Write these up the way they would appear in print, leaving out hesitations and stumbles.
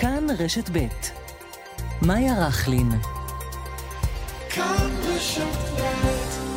כאן רשת ב' מאיה רכלין. כאן רשת ב'.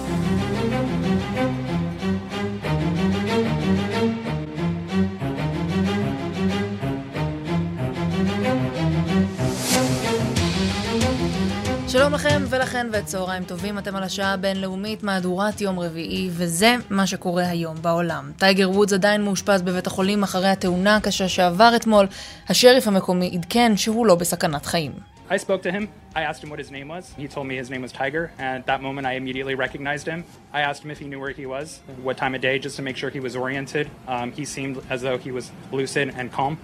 שלום לכם ולכן וצהריים טובים, אתם על השעה הבינלאומית, מהדורת יום רביעי, וזה מה שקורה היום בעולם. טייגר וודס עדיין מאושפז בבית החולים אחרי התאונה הקשה שעבר אתמול. השריף המקומי עדכן שהוא לא בסכנת חיים. I spoke to him. I asked him what his name was. He told me his name was Tiger, and at that moment I immediately recognized him. I asked him if he knew where he was, what time of day, just to make sure he was oriented. He seemed as though he was lucid and calm.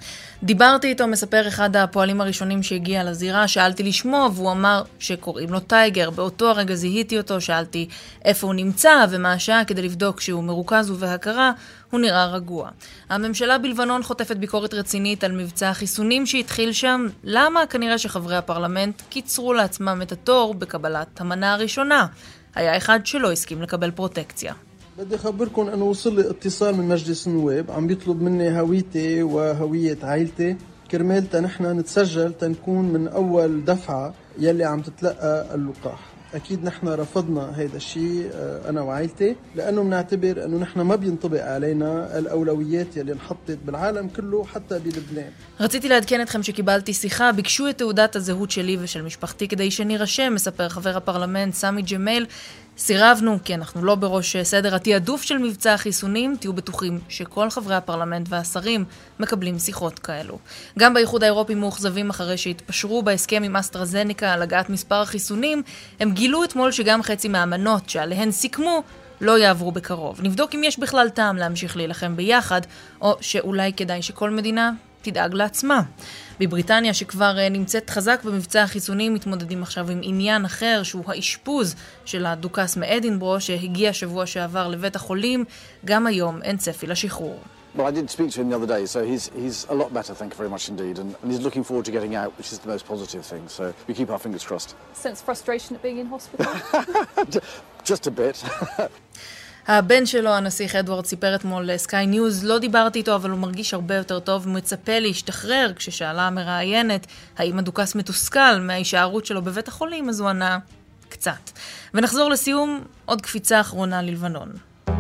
דיברתי איתו, מספר אחד הפועלים הראשונים שהגיע לזירה, שאלתי לשמו והוא אמר שקוראים לו טייגר. באותו הרגע זיהיתי אותו, שאלתי איפה הוא נמצא ומה השעה כדי לבדוק שהוא מרוכז ובהכרה, הוא נראה רגוע. הממשלה בלבנון חוטפת ביקורת רצינית על מבצע החיסונים שהתחיל שם. למה? כנראה שחברי הפרלמנט קיצרו לעצמם את התור בקבלת המנה הראשונה. היה אחד שלא הסכים לקבל פרוטקציה. بدي أخبركم أنه وصل لي اتصال من مجلس النواب عم بيطلب مني هويتي وهوية عائلتي كرمال نحن نتسجل تنكون من أول دفعة يلي عم تتلقى اللقاح. أكيد نحن رفضنا هذا الشيء أنا وعائلتي لأنه بنعتبر أنه نحن ما بينطبق علينا الأولويات يلي انحطت بالعالم كله حتى بلبنان. רציתי לעדכן אתכם שקיבלתי שיחה, ביקשו את תעודת הזהות שלי ושל משפחתי כדי שנרשם, מספר חבר הפרלמנט סמי ג'מאל. סירבנו כי אנחנו לא בראש סדר התיעדוף של מבצע החיסונים. תהיו בטוחים שכל חברי הפרלמנט והשרים מקבלים שיחות כאלו. גם באיחוד האירופי מאוכזבים אחרי שהתפשרו בהסכם עם אסטרהזניקה על הגעת מספר החיסונים. הם גילו אתמול שגם חצי מהאמנות שעליהן סיכמו לא יעברו בקרוב. נבדוק אם יש בכלל טעם להמשיך להילחם ביחד, או שאולי כדאי שכל מדינה תדאג לעצמה. בבריטניה שכבר נמצאת חזק במבצע החיסונים, מתמודדים עכשיו עם עניין אחר שהוא האשפוז של הדוכס מאדינברו שהגיע שבוע שעבר לבית החולים. גם היום אין צפי לשחרור. Well, I did speak to him the other day, so he's a lot better, thank you very much indeed, and he's looking forward to getting out, which is the most positive thing, so we keep our fingers crossed. Sense frustration at being in hospital? Just a bit. הבן שלו, הנסיך אדוארד, סיפר אתמול לסקיי ניוז, לא דיברתי איתו, אבל הוא מרגיש הרבה יותר טוב ומצפה להשתחרר. כששאלה המראיינת האם הדוכס מתוסכל מההישארות שלו בבית החולים, אז הוא ענה קצת. ונחזור לסיום, עוד קפיצה אחרונה ללבנון.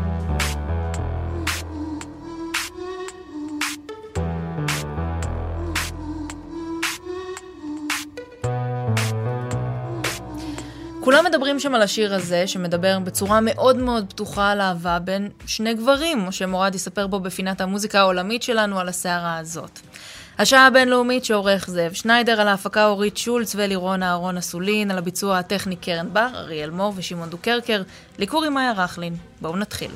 כולם מדברים שם על השיר הזה, שמדבר בצורה מאוד מאוד פתוחה על אהבה בין שני גברים, או שמורד יספר בו בפינת המוזיקה העולמית שלנו על הסערה הזאת. השעה הבינלאומית שעורך זאב שניידר, על ההפקה אורית שולץ ולירון אהרון אסולין, על הביצוע הטכני קרן בר, אריאל מור ושמעון דוקרקר, ליקורי מאיה רכלין. בואו נתחיל.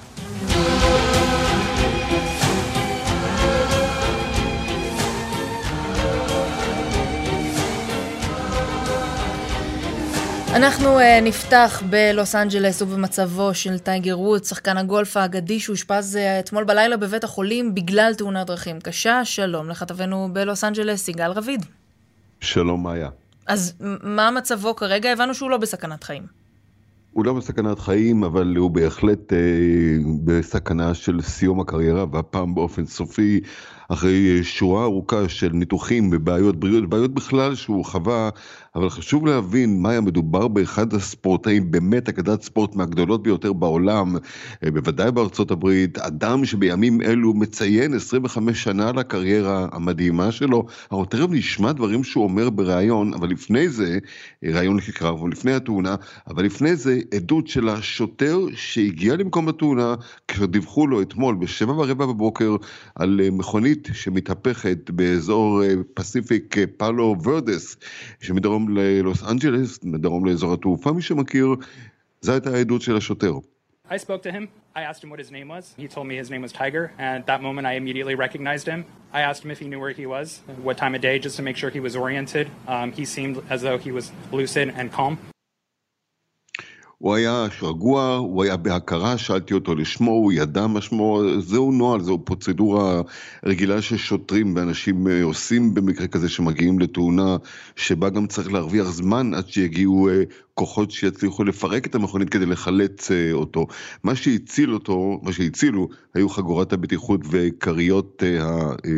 אנחנו נפתח בלוס אנג'לס ובמצבו של טייגר וודס, שחקן הגולף האגדי שהושפז אתמול בלילה בבית החולים בגלל תאונת דרכים קשה. שלום לכתבנו בלוס אנג'לס, יגאל רביד. שלום מאיה. אז מה מצבו כרגע? הבנו שהוא לא בסכנת חיים. הוא לא בסכנת חיים, אבל הוא בהחלט בסכנה של סיום הקריירה, והפעם באופן סופי, אחרי שורה ארוכה של ניתוחים ובעיות בריאות, בעיות בכלל שהוא חווה. אבל חשוב להבין מה היה מדובר באחד הספורטאים, באמת אגדת ספורט מהגדולות ביותר בעולם, בוודאי בארצות הברית, אדם שבימים אלו מציין 25 שנה לקריירה המדהימה שלו. אנחנו תכף נשמע דברים שהוא אומר בראיון, אבל לפני זה, ראיון לקרב, לפני התאונה, אבל לפני זה עדות של השוטר שהגיע למקום התאונה, כשדיווחו לו אתמול ב7:15 בבוקר על מכונית שמתהפכת באזור פסיפיק פאלו ורדס, שמדרום ללוס אנג'לס, מדרום לאזור התעופה, מי שמכיר, זו הייתה העדות של השוטר. I spoke to him. I asked him what his name was. He told me his name was Tiger, and at that moment I immediately recognized him. I asked him if he knew where he was, what time of day, just to make sure he was oriented. He seemed as though he was lucid and calm. הוא היה רגוע, הוא היה בהכרה, שאלתי אותו לשמו, הוא ידע מה שמו, זהו נועל, זהו פרוצדורה רגילה ששוטרים ואנשים עושים במקרה כזה שמגיעים לתאונה, שבה גם צריך להרוויח זמן עד שיגיעו כוחות שיצליחו לפרק את המכונית כדי לחלץ אותו. מה שהצילו היו חגורת הבטיחות וקריות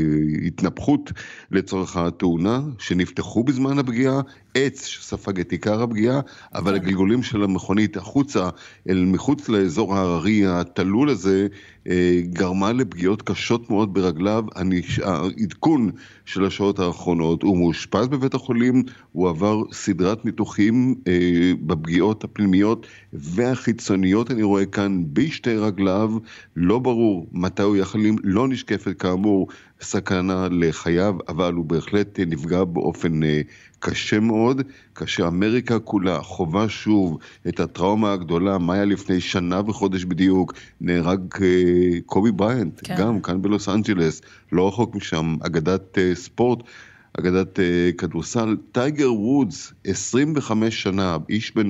התנפחות לצורך התאונה, שנפתחו בזמן הפגיעה, עץ שספג את עיקר הפגיעה, אבל הגלגולים של המכונית החוצה, אל מחוץ לאזור ההררי התלול הזה, גרמה לפגיעות קשות מאוד ברגליו. העדכון של השעות האחרונות, הוא מאושפז בבית החולים, הוא עבר סדרת ניתוחים בפגיעות הפנימיות והחיצוניות, אני רואה כאן בשתי רגליו, לא ברור מתי הוא יחלים, לא נשקפת כאמור סכנה לחייו, אבל הוא בהחלט נפגע באופן קשה מאוד, כאשר אמריקה כולה חובה שוב את הטראומה הגדולה. מה היה לפני שנה וחודש בדיוק? נהרג קובי בריינט, כן. גם כאן בלוס אנג'לס, לא רחוק משם, אגדת ספורט, אגדת כדורסל. טייגר וודס, 25 שנה, איש בן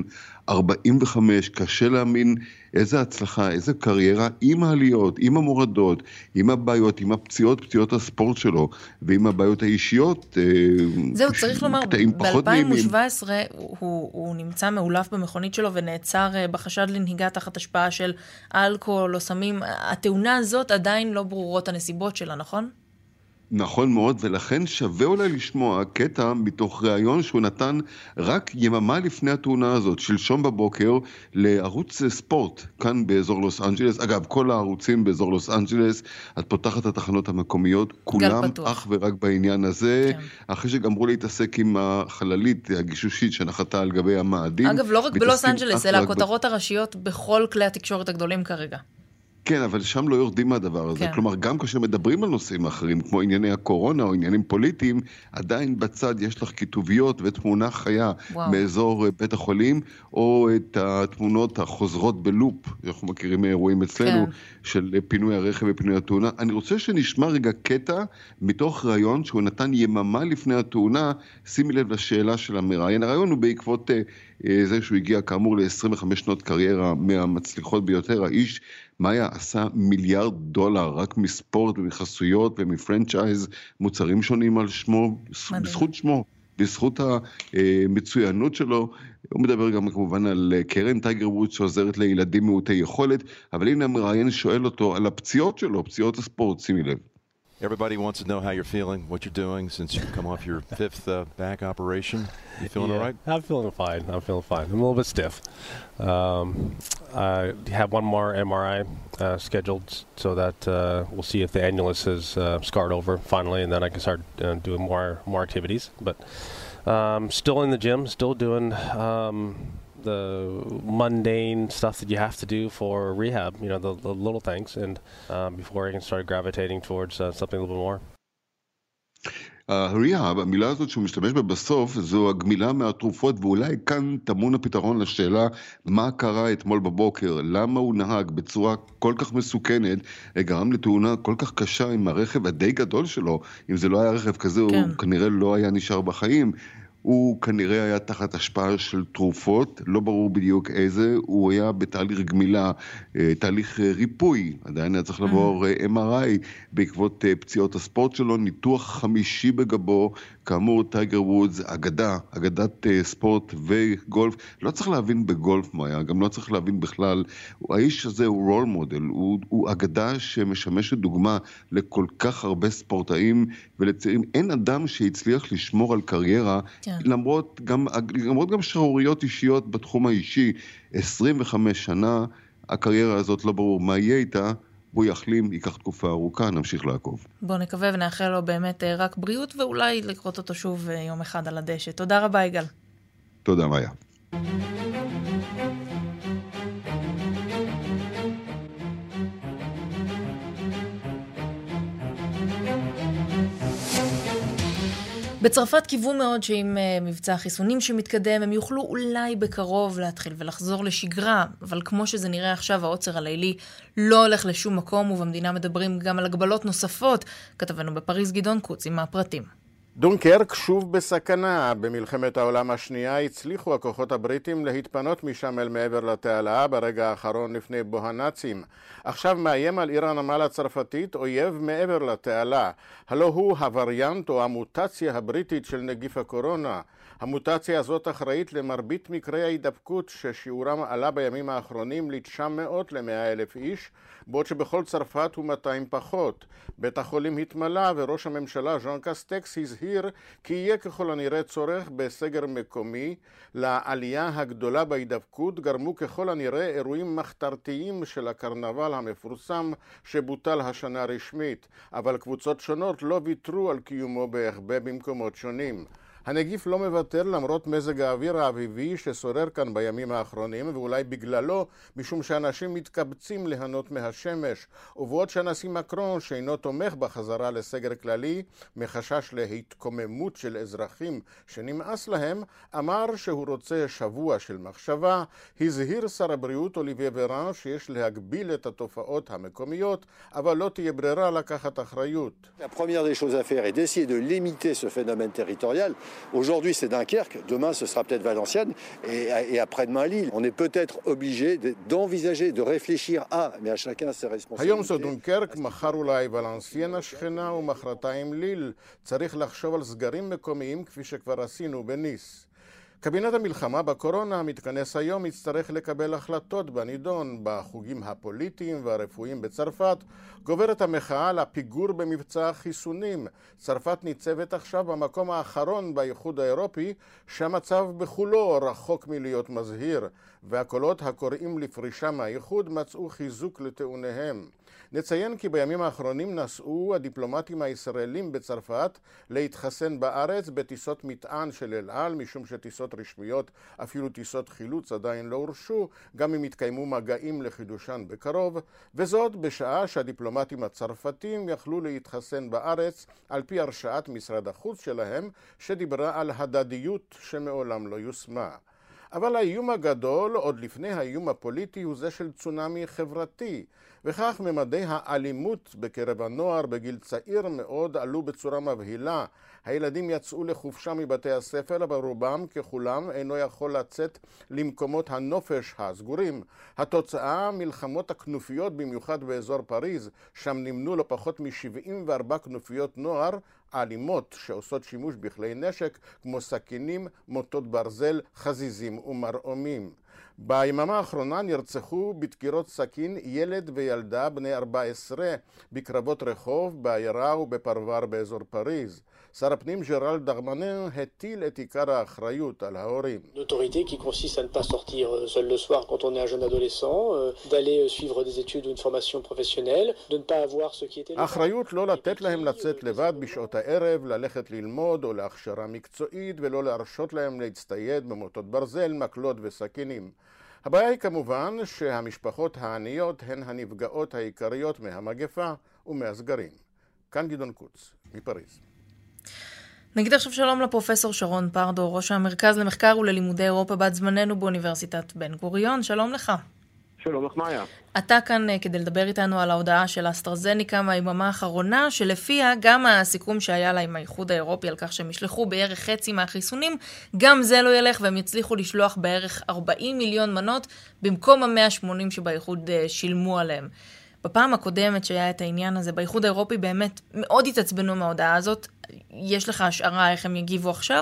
45, קשה להאמין איזה הצלחה, איזה קריירה, עם העליות, עם המורדות, עם הבעיות, עם הפציעות, פציעות הספורט שלו, ועם הבעיות האישיות. זהו, צריך לומר, ב-2017 הוא נמצא מעולף במכונית שלו ונעצר בחשד לנהיגה תחת השפעה של אלכוהול או סמים. התאונה הזאת עדיין לא ברורות הנסיבות שלה, נכון? נכון מאוד, ולכן שווה אולי לשמוע קטע מתוך ראיון שהוא נתן רק יממה לפני התאונה הזאת, שלשום בבוקר, לערוץ ספורט, כאן באזור לוס אנג'לס. אגב, כל הערוצים באזור לוס אנג'לס, את פותחת את התחנות המקומיות, כולם אך ורק בעניין הזה, כן. אחרי שגמרו להתעסק עם החללית הגישושית שנחתה על גבי המאדים. אגב, לא רק בלוס אנג'לס, אלא הכותרות הראשיות בכל כלי התקשורת הגדולים כרגע. כן, אבל שם לא יורדים מהדבר הזה. כן. כלומר, גם כאשר מדברים על נושאים אחרים, כמו ענייני הקורונה או עניינים פוליטיים, עדיין בצד יש לך כיתוביות ותמונה חיה מאזור בית החולים, או את התמונות החוזרות בלופ, אנחנו מכירים מאירועים אצלנו, כן. של פינוי הרכב ופינוי התאונה. אני רוצה שנשמע רגע קטע מתוך רעיון שהוא נתן יממה לפני התאונה. שימי לב לשאלה של המראיין. הרעיון הוא בעקבות זה שהוא הגיע כאמור ל-25 שנות קריירה מהמצליחות ביותר. האיש מאיה עשה $1 מיליארד רק מספורט ומחסויות ומפרנצ'ייז מוצרים שונים על שמו, בזכות שמו, בזכות המצוינות שלו. הוא מדבר גם כמובן על קרן טייגר וודס שעוזרת לילדים מעוטי יכולת, אבל הנה המראיין שואל אותו על הפציעות שלו, פציעות הספורט, שימי לב. Everybody wants to know how you're feeling, what you're doing since you come off your 5th back operation. You feeling all right? I'm feeling fine. I'm a little bit stiff. I have one more MRI scheduled so that we'll see if the annulus has scarred over finally, and then I can start doing more activities. But still in the gym, still doing the mundane stuff that you have to do for rehab, you know, the little things, and before I can start gravitating towards something a little bit more. הריהאב, המילה הזאת שהוא משתמש בה בסוף, זו הגמילה מהתרופות, ואולי כאן טמון הפתרון לשאלה מה קרה אתמול בבוקר, למה הוא נהג בצורה כל כך מסוכנת, גרם לתאונה כל כך קשה עם הרכב הדי גדול שלו. אם זה לא היה רכב כזה, כן. הוא כנראה לא היה נשאר בחיים. הוא כנראה היה תחת השפעה של תרופות, לא ברור בדיוק איזה, הוא היה בתהליך גמילה, תהליך ריפוי, עדיין היה צריך לעבור MRI בעקבות פציעות הספורט שלו, ניתוח 5 בגבו, כאמור טייגר וודס, אגדת ספורט וגולף, לא צריך להבין בגולף מה היה, גם לא צריך להבין בכלל, האיש הזה הוא רול מודל, הוא אגדה שמשמשת דוגמה לכל כך הרבה ספורטאים ולצעירים, אין אדם שהצליח לשמור על קריירה, למרות גם שערוריות אישיות בתחום האישי, 25 שנה, הקריירה הזאת לא ברור מה יהיה איתה, הוא יחלים, ייקח תקופה ארוכה, נמשיך לעקוב. בוא נקווה ונאחל לו באמת רק בריאות, ואולי לקרות אותו שוב יום אחד על הדשא. תודה רבה, יגאל. תודה, מאיה. בצרפת קיוו מאוד שעם מבצע החיסונים שמתקדם, הם יוכלו אולי בקרוב להתחיל ולחזור לשגרה, אבל כמו שזה נראה עכשיו, העוצר הלילי לא הולך לשום מקום, ובמדינה מדברים גם על הגבלות נוספות. כתבנו בפריז גדעון קוץ עם הפרטים. דונקרק שוב בסכנה. במלחמת העולם השנייה הצליחו הכוחות הבריטים להתפנות משם אל מעבר לתעלה ברגע האחרון לפני בוא הנאצים. עכשיו מאיים על עיר הנמל הצרפתית אויב מעבר לתעלה. הלא הוא הווריאנט או המוטציה הבריטית של נגיף הקורונה. המוטציה הזאת אחראית למרבית מקרי ההידבקות ששיעורם עלה בימים האחרונים ל-900 ל-100,000 איש, בעוד שבכל צרפת הוא 200 פחות. בית החולים התמלא וראש הממשלה ז'אן קסטקס הזהיר כי יהיה ככל הנראה צורך בסגר מקומי. לעלייה הגדולה בהידבקות גרמו ככל הנראה אירועים מחתרתיים של הקרנבל המפורסם שבוטל השנה רשמית, אבל קבוצות שונות לא ויתרו על קיומו בהחבא במקומות שונים. הנגיף לא מוותר למרות מזג האוויר האביבי ששורר כאן בימים האחרונים, ואולי בגללו, משום שאנשים מתקבצים ליהנות מהשמש, ובעוד שהנשיא מקרון, שאינו תומך בחזרה לסגר כללי, מחשש להתקוממות של אזרחים שנמאס להם, אמר שהוא רוצה שבוע של מחשבה. הזהיר שר הבריאות אוליביה ורן שיש להגביל את התופעות המקומיות, אבל לא תהיה ברירה לקחת אחריות. La première des choses à faire est d'essayer de limiter ce phénomène territorial. Aujourd'hui, c'est Dunkerque, demain, ce sera peut-être Valenciennes, et après-demain, Lille. On est peut-être obligé d'envisager, de réfléchir à, mais à chacun ses responsabilités. היום זו דונקרק, מחר אולי ולנסיינה שכנה ומחרתיים ליל. צריך לחשוב על סגרים מקומיים כפי שכבר עשינו בניס. קבינט המלחמה בקורונה המתכנס היום יצטרך לקבל החלטות בנידון. בחוגים הפוליטיים והרפואיים בצרפת גוברת המחאה על הפיגור במבצע החיסונים. צרפת ניצבת עכשיו במקום האחרון באיחוד האירופי, שהמצב בכולו רחוק מלהיות מזהיר, והקולות הקוראים לפרישה מהאיחוד מצאו חיזוק לטיעוניהם. נציין כי בימים האחרונים נסעו הדיפלומטים הישראלים בצרפת להתחסן בארץ בטיסות מטען של אל על, משום שטיסות רשמיות, אפילו טיסות חילוץ, עדיין לא הורשו, גם אם התקיימו מגעים לחידושן בקרוב, וזאת בשעה שהדיפלומטים הצרפתים יכלו להתחסן בארץ על פי הרשאת משרד החוץ שלהם, שדיברה על הדדיות שמעולם לא יושמה. אבל האיום הגדול, עוד לפני האיום הפוליטי, הוא זה של צונאמי חברתי, וכך ממדי האלימות בקרב הנוער בגיל צעיר מאוד עלו בצורה מבהילה. הילדים יצאו לחופשה מבתי הספר, אבל רובם ככולם אינו יכול לצאת למקומות הנופש הסגורים. התוצאה, מלחמות הכנופיות, במיוחד באזור פריז, שם נמנו לא פחות מ-74 כנופיות נוער אלימות שעושות שימוש בכלי נשק כמו סכינים, מוטות ברזל, חזיזים ומרעומים. ביממה האחרונה נרצחו בדקירות סכין ילד וילדה בני 14 בקרבות רחוב, בעיירה ובפרבר באזור פריז. שר הפנים ג'רלד דרמנן הטיל את עיקר האחריות על ההורים. L'autorité qui consiste à ne pas sortir seul le soir quand on est un jeune adolescent, d'aller suivre des études ou une formation professionnelle, de ne pas avoir ce qui était... האחריות לא לתת להם לצאת לבד בשעות הערב, ללכת ללמוד או להכשרה מקצועית, ולא להרשות להם להצטייד במוטות ברזל, מקלות וסכינים. הבעיה היא כמובן שהמשפחות העניות הן הנפגעות העיקריות מהמגפה ומהסגרים. כאן גדעון קוץ, מפריז. נגיד עכשיו שלום לפרופסור שרון פרדו, ראש המרכז למחקר וללימודי אירופה בת זמננו באוניברסיטת בן גוריון. שלום לך. שלום לך מאיה. אתה כאן כדי לדבר איתנו על ההודעה של אסטרזניקה מהיממה האחרונה, שלפיה גם הסיכום שהיה לה עם האיחוד האירופי על כך שהם ישלחו בערך חצי מהחיסונים, גם זה לא ילך, והם יצליחו לשלוח בערך 40 מיליון מנות במקום ה-180 שבאיחוד שילמו עליהם. בפעם הקודמת שהיה את העניין הזה, באיחוד האירופי באמת מאוד התעצבנו מההודעה הזאת. יש לך השערה איך הם יגיבו עכשיו?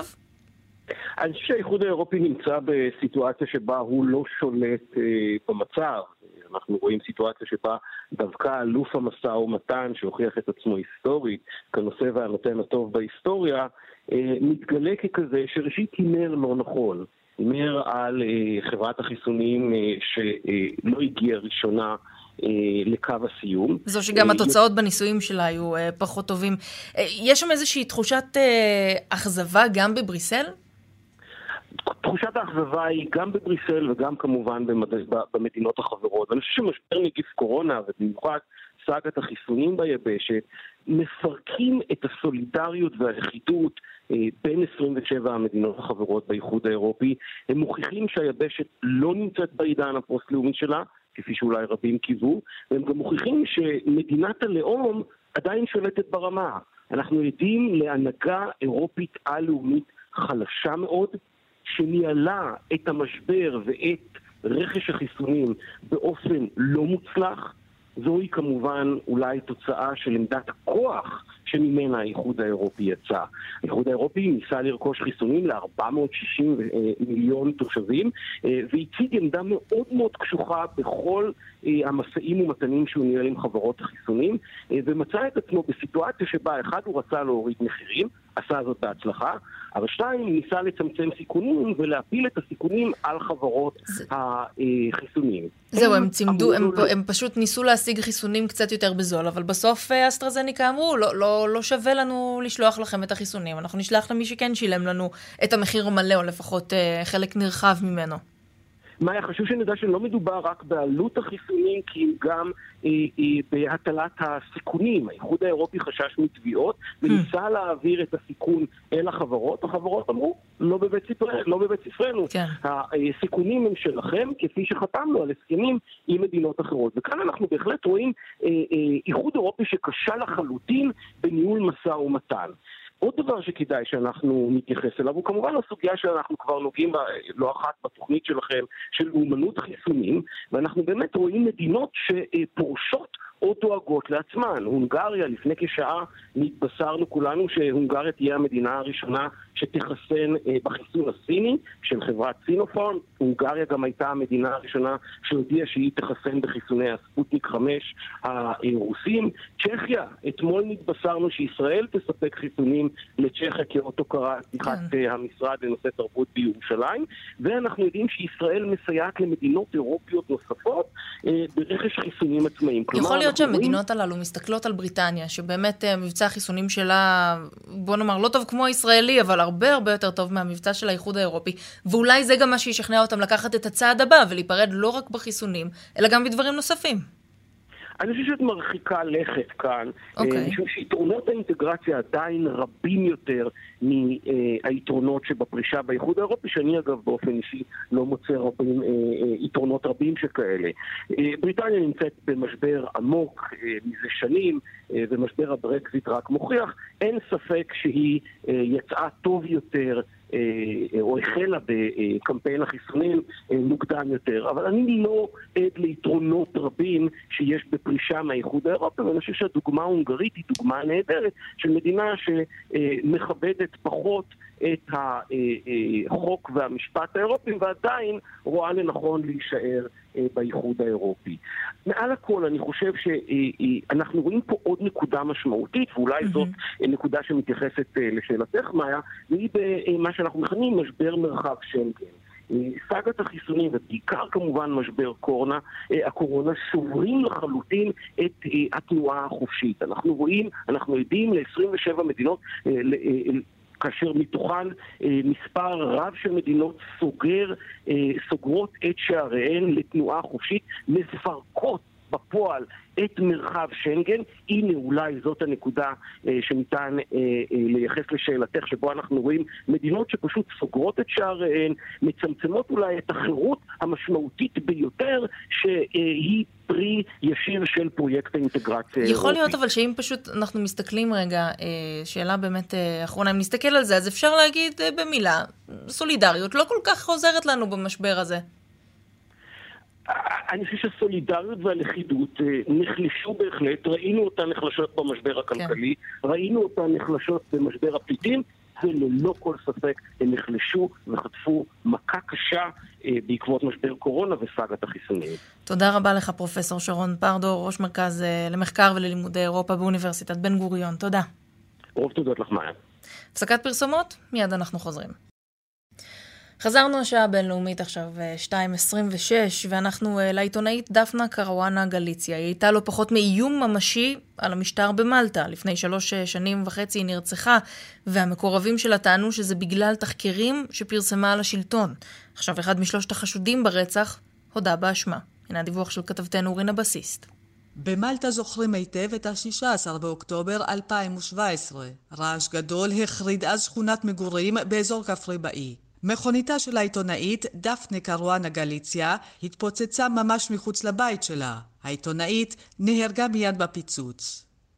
אני חושב שהאיחוד האירופי נמצא בסיטואציה שבה הוא לא שולט במצב. אנחנו רואים סיטואציה שבה דווקא אלוף המשא ומתן שהוכיח את עצמו היסטורית כנושא והנותן הטוב בהיסטוריה, מתגלה ככזה שראשית הימר לא נכון. הימר על חברת החיסונים שלא הגיעה ראשונה לקו הסיום. זו שגם התוצאות בניסויים שלה היו פחות טובים. יש שם איזושהי תחושת אכזבה גם בבריסל? תחושת האכזבה היא גם בבריסל וגם כמובן במדינות החברות. אני חושב שמשבר נגיף קורונה ובמיוחד סאגת החיסונים ביבשת מפרקים את הסולידריות והאחידות בין 27 המדינות החברות באיחוד האירופי. הם מוכיחים שהיבשת לא נמצאת בעידן הפוסט-לאומי שלה, כפי שאולי רבים קיוו, והם גם מוכיחים שמדינת הלאום עדיין שולטת ברמה. אנחנו עדים להנהגה אירופית על-לאומית חלשה מאוד, שניהלה את המשבר ואת רכש החיסונים באופן לא מוצלח. זוהי כמובן אולי תוצאה של עמדת הכוח שממנה האיחוד האירופי יצא. האיחוד האירופי ניסה לרכוש חיסונים ל-460 מיליון תושבים, והציג עמדה מאוד מאוד קשוחה בכל המשאים ומתנים שהוא ניהל עם חברות החיסונים, ומצא את עצמו בסיטואציה שבה אחד הוא רצה להוריד מחירים, עשה זאת בהצלחה, אבל שתיים ניסה לצמצם סיכונים ולהפיל את הסיכונים על חברות החיסונים. זהו, הם פשוט ניסו להשיג חיסונים קצת יותר בזול, אבל בסוף אסטרזניקה אמרו, לא שווה לנו לשלוח לכם את החיסונים, אנחנו נשלח למי שכן שילם לנו את המחיר המלא, או לפחות חלק נרחב ממנו. מאיה, חשוב שנדע שלא מדובר רק בעלות החיסונים, כי גם בהטלת הסיכונים. האיחוד האירופי חשש מתביעות, וניסה להעביר את הסיכון אל החברות. החברות אמרו, לא בבית ספרנו. כן. הסיכונים הם שלכם, כפי שחתמנו על הסכמים עם מדינות אחרות. וכאן אנחנו בהחלט רואים איחוד אירופי שקשה לחלוטין בניהול משא ומתן. עוד דבר שכדאי שאנחנו נתייחס אליו, הוא כמובן הסוגיה שאנחנו כבר נוגעים בה לא אחת בתוכנית שלכם, של לאומנות חיסונים, ואנחנו באמת רואים מדינות שפורשות או דואגות לעצמן. הונגריה, לפני כשעה נתבשרנו כולנו שהונגריה תהיה המדינה הראשונה שתחסן בחיסון הסיני של חברת סינופארם. הונגריה גם הייתה המדינה הראשונה שהודיעה שהיא תחסן בחיסוני הספוטניק 5 הרוסים. צ'כיה, אתמול נתבשרנו שישראל תספק חיסונים לצ'כיה כאות הוקרה פתיחת המשרד לנושא תרבות בירושלים, ואנחנו יודעים שישראל מסייעת למדינות אירופיות נוספות ברכש חיסונים עצמאיים. יכול להיות שהמדינות הללו מסתכלות על בריטניה, שבאמת מבצע החיסונים שלה, בוא נאמר, לא טוב כמו הישראלי, אבל הרבה יותר טוב מהמבצע של האיחוד האירופי, ואולי זה גם מה שישכנע אותם לקחת את הצעד הבא, ולהיפרד לא רק בחיסונים, אלא גם בדברים נוספים. אני חושב שאת מרחיקה לכת כאן, משום שיתרונות האינטגרציה עדיין רבים יותר מהיתרונות שבפרישה באיחוד האירופי, שאני אגב באופן אישי לא מוצא יתרונות רבים שכאלה. בריטניה נמצאת במשבר עמוק מזה שנים, ומשבר הברקזיט רק מוכיח, אין ספק שהיא יצאה טוב יותר או החלה בקמפיין החיסונים מוקדם יותר, אבל אני לא עד ליתרונות רבים שיש בפרישה מהאיחוד האירופי, ואני חושב שהדוגמה ההונגרית היא דוגמה נהדרת של מדינה שמכבדת פחות את החוק והמשפט האירופיים, ועדיין רואה לנכון להישאר באיחוד האירופי. מעל הכל אני חושב שאנחנו רואים פה עוד נקודה משמעותית, ואולי זאת נקודה שמתייחסת לשאלתך מאיה, והיא במה שאנחנו מכנים משבר מרחב שנגן. סאגת החיסונים ובעיקר כמובן משבר הקורונה שוברים לחלוטין את התנועה החופשית. אנחנו יודעים ל-27 מדינות כאשר מתוכן מספר רב של מדינות סוגרות את שעריהן לתנועה חופשית, מפרקות בפועל את מרחב שנגן. הנה אולי זאת הנקודה שניתן לייחס לשאלתך, שבו אנחנו רואים מדינות שפשוט סוגרות את שעריהן, מצמצמות אולי את החירות המשמעותית ביותר שהיא פרי ישיר של פרויקט האינטגרציה האירופי. יכול להיות אבל שאם פשוט אנחנו מסתכלים רגע, שאלה באמת אחרונה, אם נסתכל על זה, אז אפשר להגיד במילה, סולידריות לא כל כך עוזרת לנו במשבר הזה. אני חושב שהסולידריות והלכידות נחלשו בהחלט, ראינו אותן נחלשות במשבר הכלכלי, ראינו אותן נחלשות במשבר הפליטים, וללא כל ספק הם נחלשו וחטפו מכה קשה בעקבות משבר קורונה וסאגת החיסונים. תודה רבה לך פרופסור שרון פרדו, ראש מרכז למחקר וללימודי אירופה באוניברסיטת בן גוריון. תודה. רוב תודות לך מאיה. הפסקת פרסומות, מיד אנחנו חוזרים. חזרנו השעה הבינלאומית עכשיו 2:26, ואנחנו לעיתונאית דפנה קרואנה גליציה. היא הייתה לו פחות מאיום ממשי על המשטר במלטה. לפני 3 שנים וחצי היא נרצחה, והמקורבים שלה טענו שזה בגלל תחקירים שפרסמה על השלטון. עכשיו אחד משלושת החשודים ברצח הודה באשמה. הנה הדיווח של כתבתנו רינה בסיסט. במלטה זוכרים היטב את ה-16 באוקטובר 2017. רעש גדול החריד אז שכונת מגורים באזור כפרי באי. מכוניתה של העיתונאית דפנה קרואנה גליציה התפוצצה ממש מחוץ לבית שלה. העיתונאית נהרגה מיד בפיצוץ.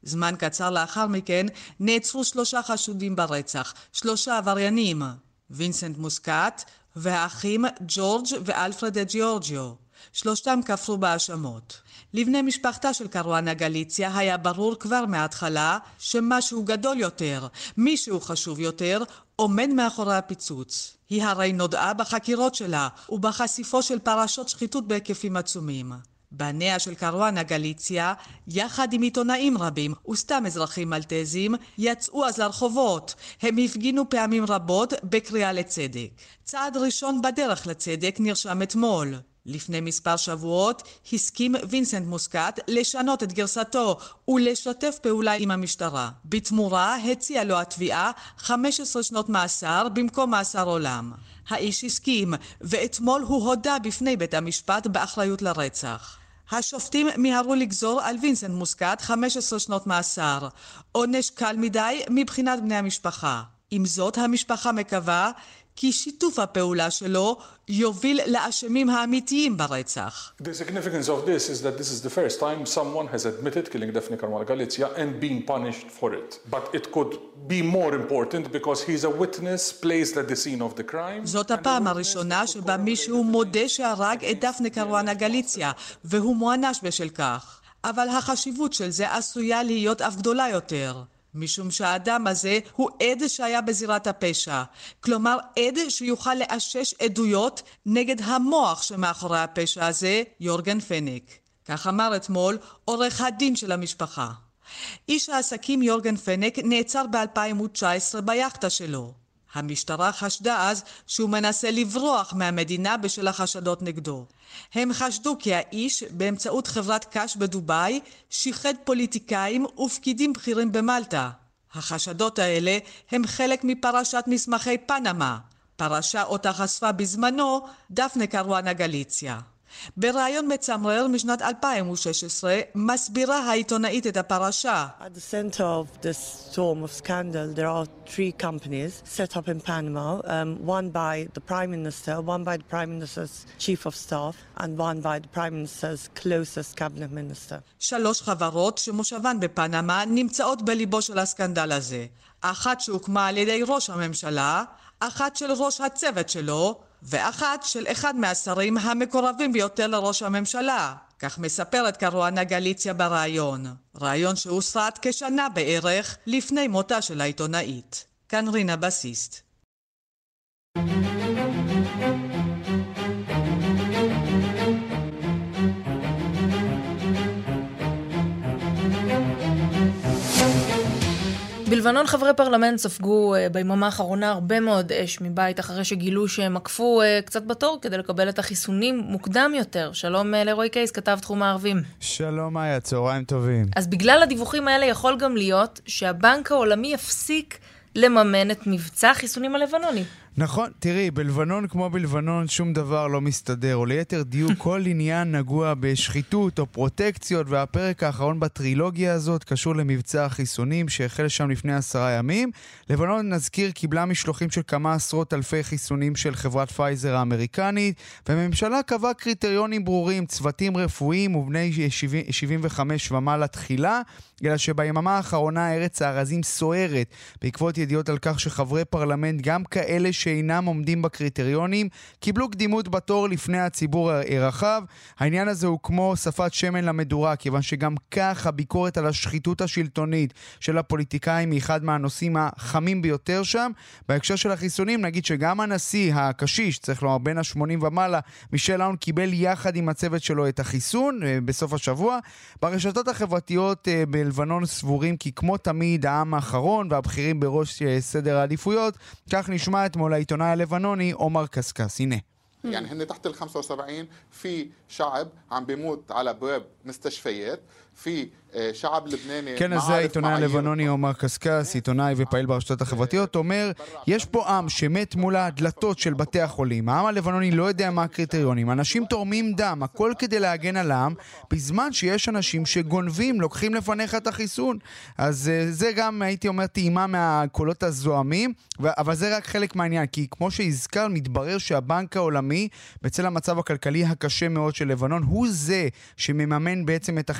זמן קצר לאחר מכן נעצרו 3 חשודים ברצח, 3 עבריינים, וינסנט מוסקאט והאחים ג'ורג' ואלפרד ג'יורג'יו. 3 כפרו בהאשמות. לבני משפחתה של קרואנה גליציה היה ברור כבר מההתחלה שמשהו גדול יותר, מישהו חשוב יותר, עומד מאחורי הפיצוץ. היא הרי נודעה בחקירות שלה ובחשיפו של פרשות שחיתות בהיקפים עצומים. בניה של קרואנה גליציה, יחד עם עיתונאים רבים וסתם אזרחים מלטזים, יצאו אז לרחובות. הם הפגינו פעמים רבות בקריאה לצדק. צעד ראשון בדרך לצדק נרשם אתמול. לפני מספר שבועות הסכים וינסנט מוסקאט לשנות את גרסתו ולשתף פעולה עם המשטרה. בתמורה הציעה לו התביעה 15 שנות מאסר במקום מאסר עולם. האיש הסכים, ואתמול הוא הודה בפני בית המשפט באחריות לרצח. השופטים מיהרו לגזור על וינסנט מוסקאט 15 שנות מאסר. עונש קל מדי מבחינת בני המשפחה. עם זאת, המשפחה מקווה כי שיתוף הפעולה שלו יוביל לאשמים האמיתיים ברצח. The significance of this is that this is the first time someone has admitted killing Daphne Caruana Galizia and being punished for it. But it could be more important because he's a witness placed at the scene of the crime. זאת הפעם הראשונה שבה מישהו מודה שהרג את דפנה קרואנה גליציה, והוא מוענש בשל כך. אבל החשיבות של זה עשויה להיות אף גדולה יותר. משום שהאדם הזה הוא עד שהיה בזירת הפשע. כלומר, עד שיוכל לאשש עדויות נגד המוח שמאחורי הפשע הזה, יורגן פנק. כך אמר אתמול עורך הדין של המשפחה. איש העסקים יורגן פנק נעצר ב-2019 ביאכטה שלו. המשטרה חשדה אז שהוא מנסה לברוח מהמדינה בשל החשדות נגדו. הם חשדו כי האיש באמצעות חברת קש בדוביי שיחד פוליטיקאים ופקידים בכירים במלטה. החשדות האלה הם חלק מפרשת מסמכי פנמה, פרשה אותה חשפה בזמנו דפנה קרואנה גליציה. בראיון מצמרר משנת 2016 מסבירה העיתונאית את הפרשה. At the center of this storm of scandal there are 3 companies set up in Panama, one by the Prime Minister, one by the Prime Minister's Chief of Staff and one by the Prime Minister's closest cabinet minister. 3 חברות שמושבן בפנמה נמצאות בליבו של הסקנדל הזה. אחת שהוקמה על ידי ראש הממשלה, אחת של ראש הצוות שלו, ואחת של אחד מהשרים המקורבים ביותר לראש הממשלה. כך מספרת קרואנה גליציה ברעיון. רעיון שהוסרט כשנה בערך לפני מותה של העיתונאית. כאן רינה בסיסט. בלבנון חברי פרלמנט ספגו ביממה האחרונה הרבה מאוד אש מבית אחרי שגילו שהם עקפו קצת בתור כדי לקבל את החיסונים מוקדם יותר. שלום לרועי קייס, כתב תחום הערבים. שלום מאיה, צהריים טובים. אז בגלל הדיווחים האלה יכול גם להיות שהבנק העולמי יפסיק לממן את מבצע החיסונים הלבנוני. נכון, תראי, בלבנון כמו בלבנון שום דבר לא מסתדר, או ליתר דיוק כל עניין נגוע בשחיתות או פרוטקציות, והפרק האחרון בטרילוגיה הזאת קשור למבצע החיסונים שהחל שם לפני 10 ימים. לבנון, נזכיר, קיבלה משלוחים של כמה עשרות אלפי חיסונים של חברת פייזר האמריקנית, והממשלה קבעה קריטריונים ברורים, צוותים רפואיים ובני 75 ומעלה תחילה, אלא שביממה האחרונה ארץ הארזים סוערת בעקבות ידיעות על כך שחברי פרלמנט, גם כאלה שאינם עומדים בקריטריונים, קיבלו קדימות בתור לפני הציבור הרחב. העניין הזה הוא כמו שפת שמן למדורה, כיוון שגם כך הביקורת על השחיתות השלטונית של הפוליטיקאים היא אחד מהנושאים החמים ביותר שם. בהקשר של החיסונים נגיד שגם הנשיא הקשיש, צריך לומר בין ה-80 ומעלה, מישל און, קיבל יחד עם הצוות שלו את החיסון בסוף השבוע. ברשתות החברתיות בלבנון סבורים כי כמו תמיד העם האחרון והבכירים בראש סדר העדיפויות. כך נשמע אתמול העיתונאי הלבנוני עומר קסקס. הנה. يعني هن تحت ال 75 في شعب عم بيموت على ابواب مستشفيات في شعب لبناني. כן, אז העיתונאי הלבנוני עומר קסקס, עיתונאי ופעיל ברשתות החברתיות, אומר, יש פה עם שמת מול הדלתות של בתי החולים. העם הלבנוני לא יודע מה הקריטריונים. אנשים תורמים דם, הכל כדי להגן על העם, בזמן שיש אנשים שגונבים, לוקחים לפניך את החיסון. אז זה גם, הייתי אומר, טעימה מהקולות הזוהמים, אבל זה רק חלק מהעניין, כי כמו שהזכר, מתברר שהבנק העולמי, בצל המצב הכלכלי הקשה מאוד של לבנון, הוא זה שמממן בעצם את החיסונים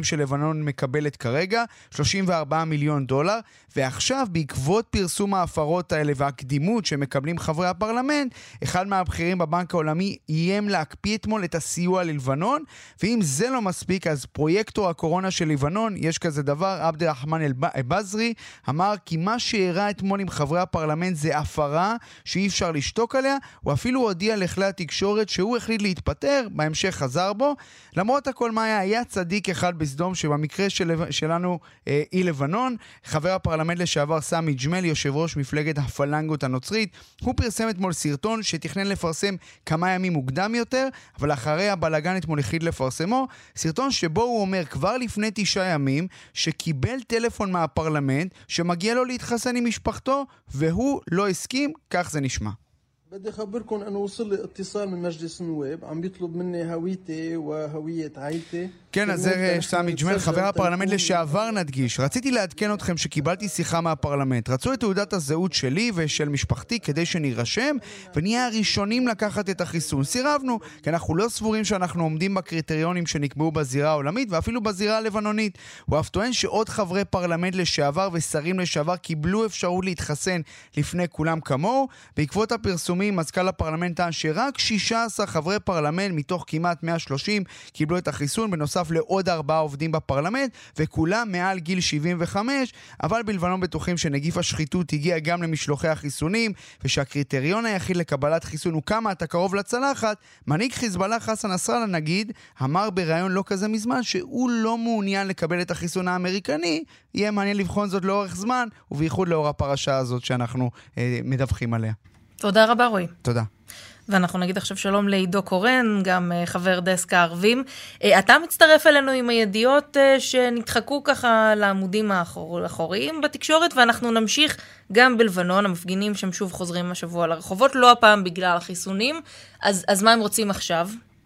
שלבנון מקבלת כרגע, $34 מיליון, ועכשיו בעקבות פרסום ההפרות האלה והקדימות שמקבלים חברי הפרלמנט, אחד מהבכירים בבנק העולמי איים להקפיא אתמול את הסיוע ללבנון, ואם זה לא מספיק, אז פרויקטור הקורונה של לבנון, יש כזה דבר, עבד רחמן אל-בזרי, אמר כי מה שהראה אתמול עם חברי הפרלמנט זה הפרה שאי אפשר לשתוק עליה, הוא אפילו הודיע לכלי התקשורת שהוא החליט להתפטר, בהמשך חזר בו. למרות הכל מה היה צדיק אחד בסדום, שבמקרה שלנו היא לבנון, חבר הפרלמנט לשעבר סמי ג'מל, יושב ראש מפלגת הפלנגות הנוצרית, הוא פרסם אתמול סרטון שתכנן לפרסם כמה ימים מוקדם יותר, אבל אחרי הבלגן אתמול החליט לפרסמו, סרטון שבו הוא אומר כבר לפני 9 ימים שקיבל טלפון מהפרלמנט שמגיע לו להתחסן עם משפחתו, והוא לא הסכים, כך זה נשמע. بدي أخبركم أنه وصل لي اتصال من مجلس النواب عم بيطلب مني هويتي وهوية عائلتي. כן, אז זה סמי ג'מל, חבר הפרלמנט לשעבר נדגיש. רציתי לעדכן אתכם שקיבלתי שיחה מהפרלמנט. רצו את תעודת הזהות שלי ושל משפחתי כדי שנירשם, ונהיה הראשונים לקחת את החיסון. סירבנו, כי אנחנו לא סבורים שאנחנו עומדים בקריטריונים שנקבעו בזירה העולמית ואפילו בזירה הלבנונית. הוא אף טוען שעוד חברי פרלמנט לשעבר ושרים לשעבר קיבלו אפשרות להתחסן לפני כולם כמוהו. בעקבות הפרסומים, מזכ"ל הפרלמנט טען שרק 16 חברי פרלמנט מתוך כמעט 130 קיבלו את החיסון, בנוסף לעוד 4 עובדים בפרלמנט, וכולם מעל גיל 75, אבל בלבנון בטוחים שנגיף השחיתות הגיע גם למשלוחי החיסונים, ושהקריטריון היחיד לקבלת חיסון הוא כמה אתה קרוב לצלחת. מנהיג חיזבאללה חסן נסראללה נגיד, אמר בראיון לא כזה מזמן שהוא לא מעוניין לקבל את החיסון האמריקני, יהיה מעניין לבחון זאת לאורך זמן, ובייחוד לאור הפרשה הזאת שאנחנו מדווחים עליה. תודה רבה רועי. תודה. ואנחנו נגיד עכשיו שלום לעידו קורן, גם חבר דסק הערבים. אתה מצטרף אלינו עם הידיעות שנדחקו ככה לעמודים האחוריים בתקשורת, ואנחנו נמשיך גם בלבנון, המפגינים שם שוב חוזרים השבוע לרחובות, לא הפעם בגלל החיסונים, אז מה הם רוצים עכשיו?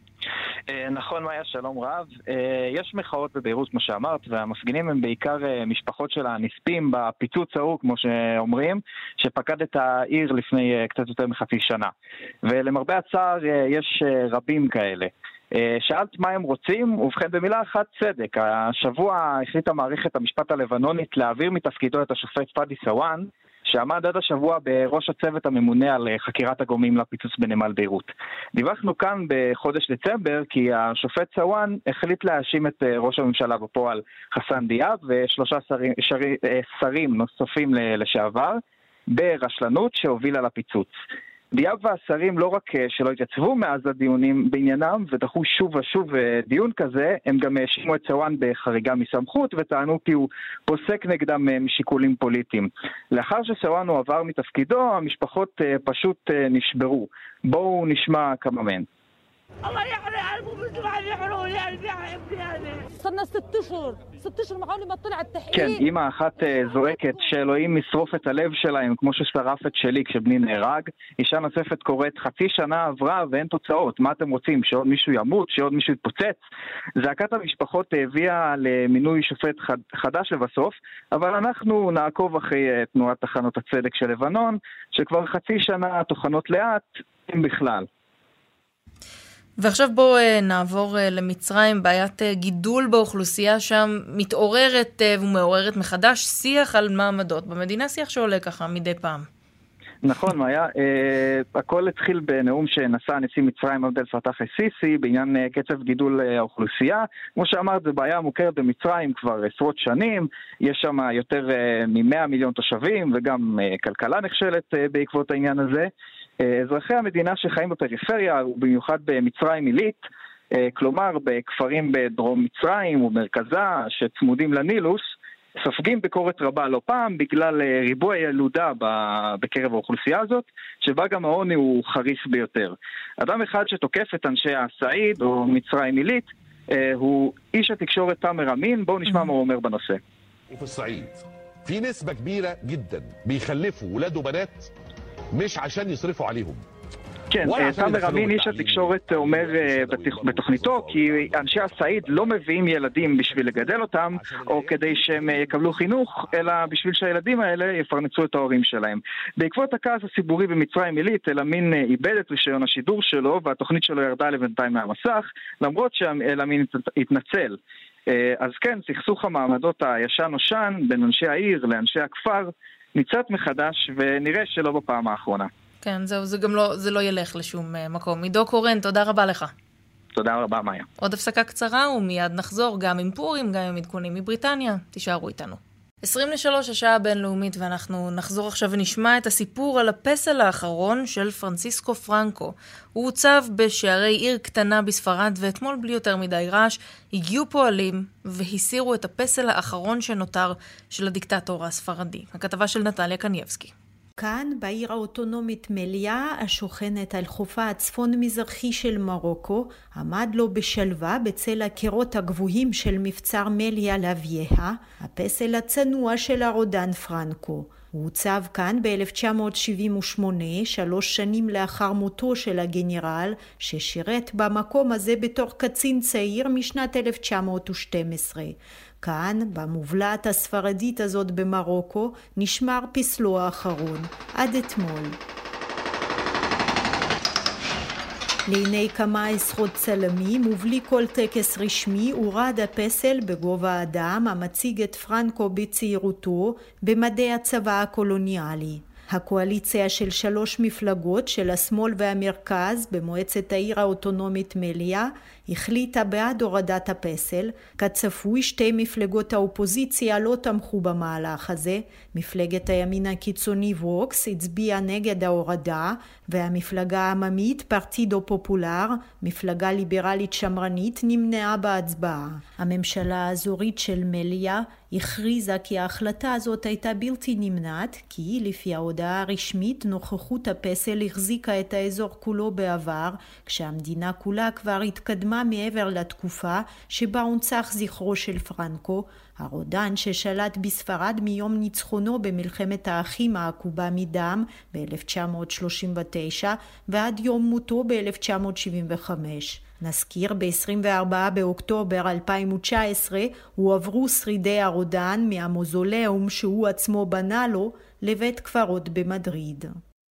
נכון, מאיה, שלום רב. יש מחאות בביירות, כמו שאמרת, והמפגינים הם בעיקר משפחות של הנספים בפיצוץ ההוא, כמו שאומרים, שפקד את העיר לפני קצת יותר מחצי שנה. ולמרבה הצער יש רבים כאלה. שאלת מה הם רוצים, ובכן במילה אחת צדק. השבוע החליטה מערכת המשפט הלבנונית להעביר מתפקידו את השופט פאדי סוואן, שעמד עד השבוע בראש הצוות הממונה על חקירת הגורמים לפיצוץ בנמל ביירות. דיווחנו כאן בחודש דצמבר כי השופט סוואן החליט להאשים את ראש הממשלה בפועל חסן דיאב ו3 שרים נוספים לשעבר ברשלנות שהובילה לפיצוץ. דיאב והשרים לא רק שלא התייצבו מאז הדיונים בעניינם ודחו שוב ושוב דיון כזה, הם גם האשימו את סוואן בחריגה מסמכות וטענו כי הוא פוסק נגדם משיקולים פוליטיים. לאחר שסוואן הוא עבר מתפקידו, המשפחות פשוט נשברו. בואו נשמע כמה מהן. الله يحرق قلبه بسرعة يحرقوا لي قلبي يا ابني أنا صرنا 6 أشهر معقول ما طلع التحقيق. כן, אמא אחת זועקת שאלוהים ישרוף את הלב שלהם כמו ששרף את שלי כשבני נהרג. אישה נוספת קוראת 0.5 שנה עברה ואין תוצאות. מה אתם רוצים? שעוד מישהו ימות? שעוד מישהו יתפוצץ? זעקת המשפחות הביאה למינוי שופט חדש לבסוף, אבל אנחנו נעקוב אחרי תנועת תחנות הצדק של לבנון, שכבר 0.5 שנה טוחנות לאט, אם בכלל. ועכשיו בואו נעבור למצרים. בעיית גידול באוכלוסייה שם מתעוררת ומעוררת מחדש שיח על מעמדות במדינה, שיח שעולה ככה מדי פעם. נכון, מאיה. הכל התחיל בנאום שנשא נשיא מצרים עבד אל פתאח א-סיסי בעניין קצב גידול האוכלוסייה. כמו שאמרת, זו בעיה מוכרת במצרים כבר עשרות שנים. יש שם יותר מ100 מיליון תושבים וגם כלכלה נכשלת בעקבות העניין הזה. אזרחי המדינה שחיים בפריפריה, ובמיוחד במצרים עילית, כלומר בכפרים בדרום מצרים ובמרכזה שצמודים לנילוס, סופגים ביקורת רבה לא פעם בגלל ריבוי הילודה בקרב האוכלוסייה הזאת, שבה גם העוני הוא חריף ביותר. אדם אחד שתוקף את אנשי הסעיד או מצרים עילית הוא איש התקשורת תאמר אמין. בואו נשמע מה הוא אומר בנושא. وفي الصعيد في نسبة كبيرة جدا بيخلفوا ولاد وبنات مش عشان يصرفوا عليهم. כן, תאמר אמין איש התקשורת אומר בתוכניתו כי אנשי הסעיד לא מביאים ילדים בשביל לגדל אותם או כדי שהם יקבלו חינוך, אלא בשביל שהילדים האלה יפרנסו את ההורים שלהם. בעקבות הכעס הציבורי במצרים עילית, אמין איבד את רישיון השידור שלו והתוכנית שלו ירדה לבינתיים מהמסך, למרות שאמין התנצל. אז כן, סכסוך המעמדות הישן-נושן בין אנשי העיר לאנשי הכפר ניצת מחדש, ונראה שלא בפעם האחרונה. כן, זהו, זה לא ילך לשום מקום. עידו קורן, תודה רבה לך. תודה רבה, מאיה. עוד הפסקה קצרה ומיד נחזור גם עם פורים, גם עם עדכונים מבריטניה. תישארו איתנו. 23 השעה הבינלאומית, ואנחנו נחזור עכשיו ונשמע את הסיפור על הפסל האחרון של פרנסיסקו פרנקו. הוא הוצב בשערי עיר קטנה בספרד, ואתמול בלי יותר מדי רעש הגיעו פועלים והסירו את הפסל האחרון שנותר של הדיקטטור הספרדי. הכתבה של נטליה קנייבסקי. כאן, בעיר האוטונומית מליה, השוכנת על חופה הצפון-מזרחי של מרוקו, עמד לו בשלווה בצל הקירות הגבוהים של מבצר מליה לוויה, הפסל הצנוע של הרודן פרנקו. הוא הוצב כאן ב-1978, 3 שנים לאחר מותו של הגנרל, ששירת במקום הזה בתור קצין צעיר משנת 1912. כאן, במובלעת הספרדית הזאת במרוקו, נשמר פסלו האחרון, עד אתמול. לעיני כמה עשרות צלמים ובלי כל טקס רשמי הורד הפסל בגובה האדם המציג את פרנקו בצעירותו במדי הצבא הקולוניאלי. הקואליציה של 3 מפלגות של השמאל והמרכז במועצת העיר האוטונומית מליה החליטה בעד הורדת הפסל. כצפוי 2 מפלגות האופוזיציה לא תמכו במהלך הזה. מפלגת הימין הקיצוני ווקס הצביעה נגד ההורדה, והמפלגה העממית פרטידו פופולר, מפלגה ליברלית שמרנית, נמנעה בהצבעה. הממשלה האזורית של מליה הכריזה כי ההחלטה הזאת הייתה בלתי נמנעת, כי לפי ההודעה הרשמית נוכחות הפסל החזיקה את האזור כולו בעבר, כשהמדינה כולה כבר התקדמה מעבר לתקופה שבה הונצח זכרו של פרנקו, הרודן ששלט בספרד מיום ניצחונו במלחמת האחים העקובה מדם ב-1939 ועד יום מותו ב-1975. נזכיר, ב-24 באוקטובר 2019 הועברו שרידי הרודן מהמוזולאום שהוא עצמו בנה לו לבית קברות במדריד.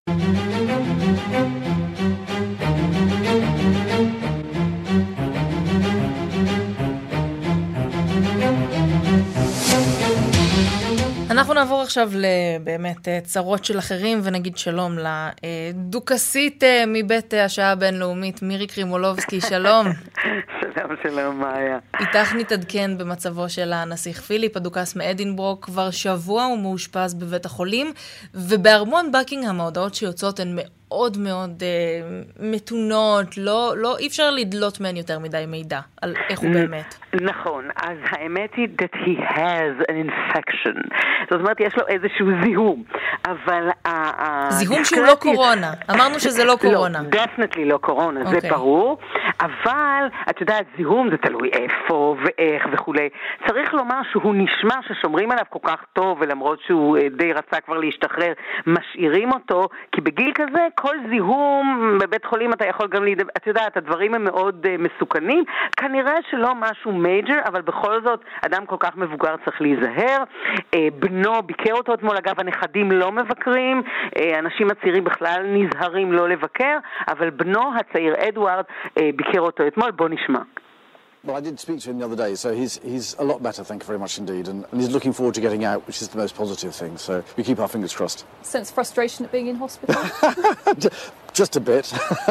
אנחנו נעבור עכשיו לבאמת צרות של אחרים ונגיד שלום לדוכסית מבית השעה הבינלאומית מירי קרימולובסקי, שלום. שלום, מאיה. איתך נתעדכן במצבו של הנסיך פיליפ, הדוכס מאדינבורג, כבר שבוע הוא מאושפז בבית החולים, ובארמון בקינגהאם ההודעות שיוצאות הן מאוד מאוד מתונות, לא אי אפשר לדלות מהן יותר מדי מידע על איך הוא באמת. נכון, אז האמת היא that he has an infection. זאת אומרת, יש לו איזשהו זיהום, אבל זיהום שהוא לא קורונה. אמרנו שזה לא קורונה. לא, definitely לא קורונה, זה ברור, אבל את יודעת, זיהום זה תלוי איפה ואיך וכולי. צריך לומר שהוא נשמע ששומרים עליו כל כך טוב, ולמרות שהוא די רצה כבר להשתחרר, משאירים אותו, כי בגיל כזה כל זיהום בבית חולים אתה יכול גם את יודעת, הדברים הם מאוד מסוכנים, כנראה שלא משהו מייג'ר, אבל בכל זאת אדם כל כך מבוגר צריך להיזהר. בנו ביקר אותו אתמול, אגב הנכדים לא מבקרים, אנשים הצעירים בכלל נזהרים לא לבקר, אבל בנו הצעיר אדוארד ביקר אותו אתמול. בוא נשמע. Well, I did speak to him the other day, so he's a lot better, thank you very much indeed, and he's looking forward to getting out, which is the most positive thing, so we keep our fingers crossed. Sense frustration at being in hospital? Just a bit.